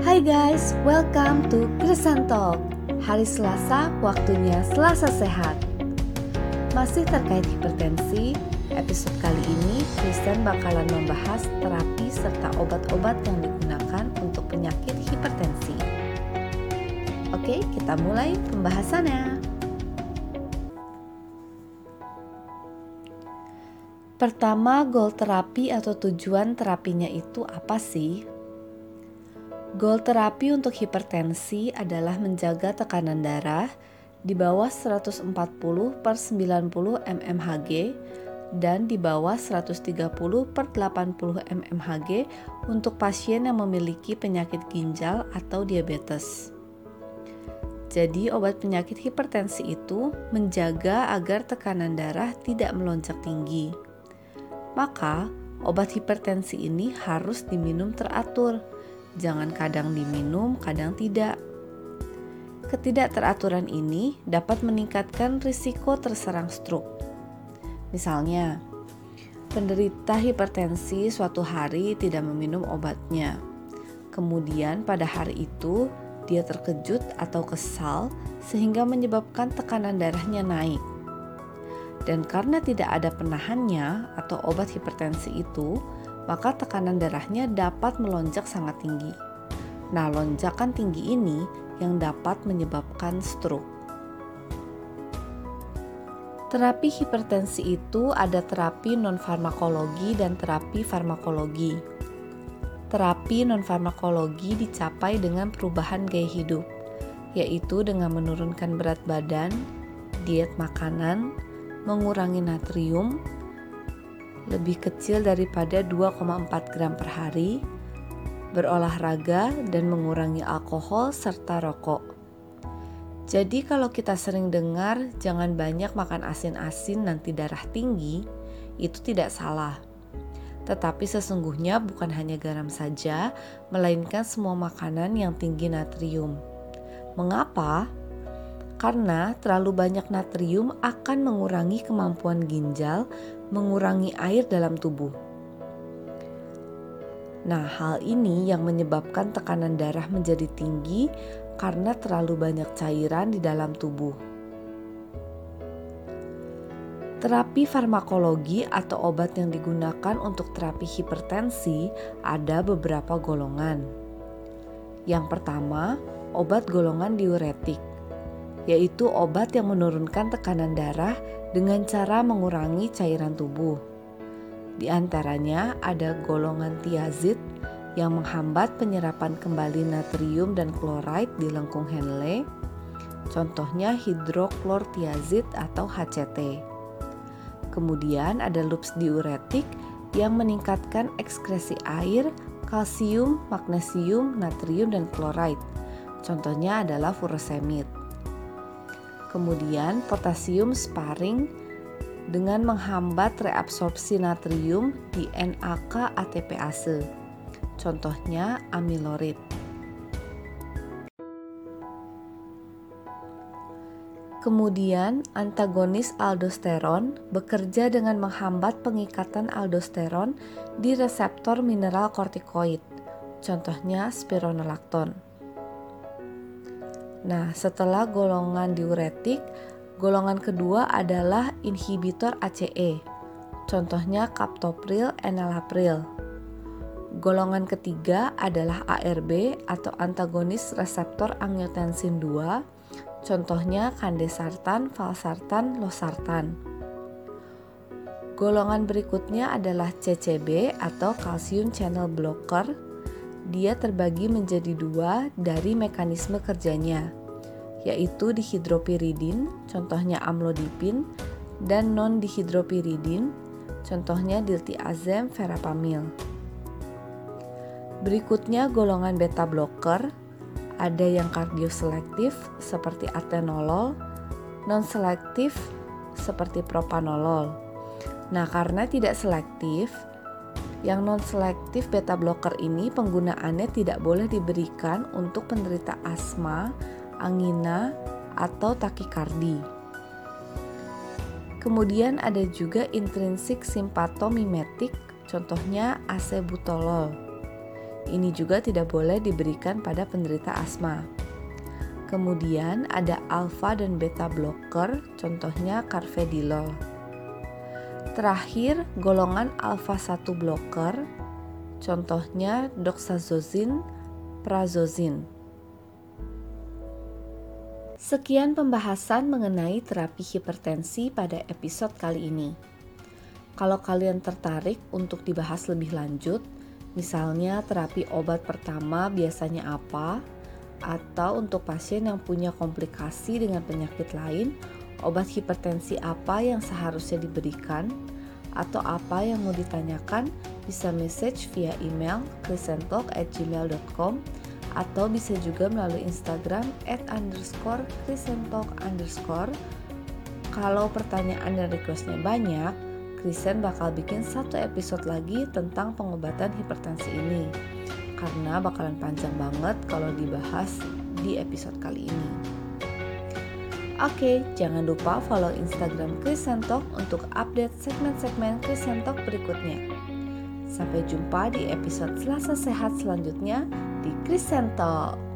Hai guys, welcome to Kristen Talk. Hari Selasa, waktunya Selasa Sehat. Masih terkait hipertensi, episode kali ini Kristen bakalan membahas terapi serta obat-obat yang digunakan untuk penyakit hipertensi. Oke, kita mulai pembahasannya. Pertama, goal terapi atau tujuan terapinya itu apa sih? Goal terapi untuk hipertensi adalah menjaga tekanan darah di bawah 140/90 mmHg dan di bawah 130/80 mmHg untuk pasien yang memiliki penyakit ginjal atau diabetes. Jadi obat penyakit hipertensi itu menjaga agar tekanan darah tidak melonjak tinggi. Maka obat hipertensi ini harus diminum teratur. Jangan kadang diminum, kadang tidak. Ketidakteraturan ini dapat meningkatkan risiko terserang stroke. Misalnya, penderita hipertensi suatu hari tidak meminum obatnya. Kemudian pada hari itu dia terkejut atau kesal sehingga menyebabkan tekanan darahnya naik. Dan karena tidak ada penahannya atau obat hipertensi itu, maka tekanan darahnya dapat melonjak sangat tinggi. Nah, lonjakan tinggi ini yang dapat menyebabkan stroke. Terapi hipertensi itu ada terapi non-farmakologi dan terapi farmakologi. Terapi non-farmakologi dicapai dengan perubahan gaya hidup, yaitu dengan menurunkan berat badan, diet makanan, mengurangi natrium, lebih kecil daripada 2,4 gram per hari, berolahraga dan mengurangi alkohol serta rokok. Jadi kalau kita sering dengar jangan banyak makan asin-asin nanti darah tinggi, itu tidak salah. Tetapi sesungguhnya bukan hanya garam saja, melainkan semua makanan yang tinggi natrium. Mengapa? Karena terlalu banyak natrium akan mengurangi kemampuan ginjal mengurangi air dalam tubuh. Nah, hal ini yang menyebabkan tekanan darah menjadi tinggi karena terlalu banyak cairan di dalam tubuh. Terapi farmakologi atau obat yang digunakan untuk terapi hipertensi ada beberapa golongan. Yang pertama, obat golongan diuretik, yaitu obat yang menurunkan tekanan darah dengan cara mengurangi cairan tubuh. Di antaranya ada golongan tiazid yang menghambat penyerapan kembali natrium dan klorida di lengkung Henle. Contohnya hidroklortiazid atau HCT. Kemudian ada lupus diuretik yang meningkatkan ekskresi air, kalsium, magnesium, natrium, dan klorida. Contohnya adalah furosemid. Kemudian potasium sparing dengan menghambat reabsorpsi natrium di NAK ATPase. Contohnya amilorid. Kemudian antagonis aldosteron bekerja dengan menghambat pengikatan aldosteron di reseptor mineral kortikoid. Contohnya spironolakton. Nah, setelah golongan diuretik, golongan kedua adalah inhibitor ACE. Contohnya captopril, enalapril. Golongan ketiga adalah ARB atau antagonis reseptor angiotensin II. Contohnya candesartan, valsartan, losartan. Golongan berikutnya adalah CCB atau calcium channel blocker. Dia terbagi menjadi dua dari mekanisme kerjanya, yaitu dihidropiridin, contohnya amlodipin, dan non-dihidropiridin, contohnya diltiazem, verapamil. Berikutnya golongan beta blocker, ada yang kardioselektif seperti atenolol, non-selektif seperti propanolol. Nah, karena tidak selektif, yang non-selektif beta blocker ini penggunaannya tidak boleh diberikan untuk penderita asma, angina, atau takikardi. Kemudian ada juga intrinsik simpatomimetik, contohnya acebutolol. Ini juga tidak boleh diberikan pada penderita asma. Kemudian ada alfa dan beta blocker, contohnya carvedilol. Terakhir, golongan alfa 1 blocker, contohnya doxazozin, prazozin. Sekian pembahasan mengenai terapi hipertensi pada episode kali ini. Kalau kalian tertarik untuk dibahas lebih lanjut, misalnya terapi obat pertama biasanya apa, atau untuk pasien yang punya komplikasi dengan penyakit lain, obat hipertensi apa yang seharusnya diberikan, atau apa yang mau ditanyakan, bisa message via email krisentalk@gmail.com atau bisa juga melalui Instagram @krisentalk_. Kalau pertanyaan dan requestnya banyak, Krisen bakal bikin satu episode lagi tentang pengobatan hipertensi ini, karena bakalan panjang banget kalau dibahas di episode kali ini. Oke, jangan lupa follow Instagram Krisentalk untuk update segmen-segmen Krisentalk berikutnya. Sampai jumpa di episode Selasa Sehat selanjutnya di Krisentalk.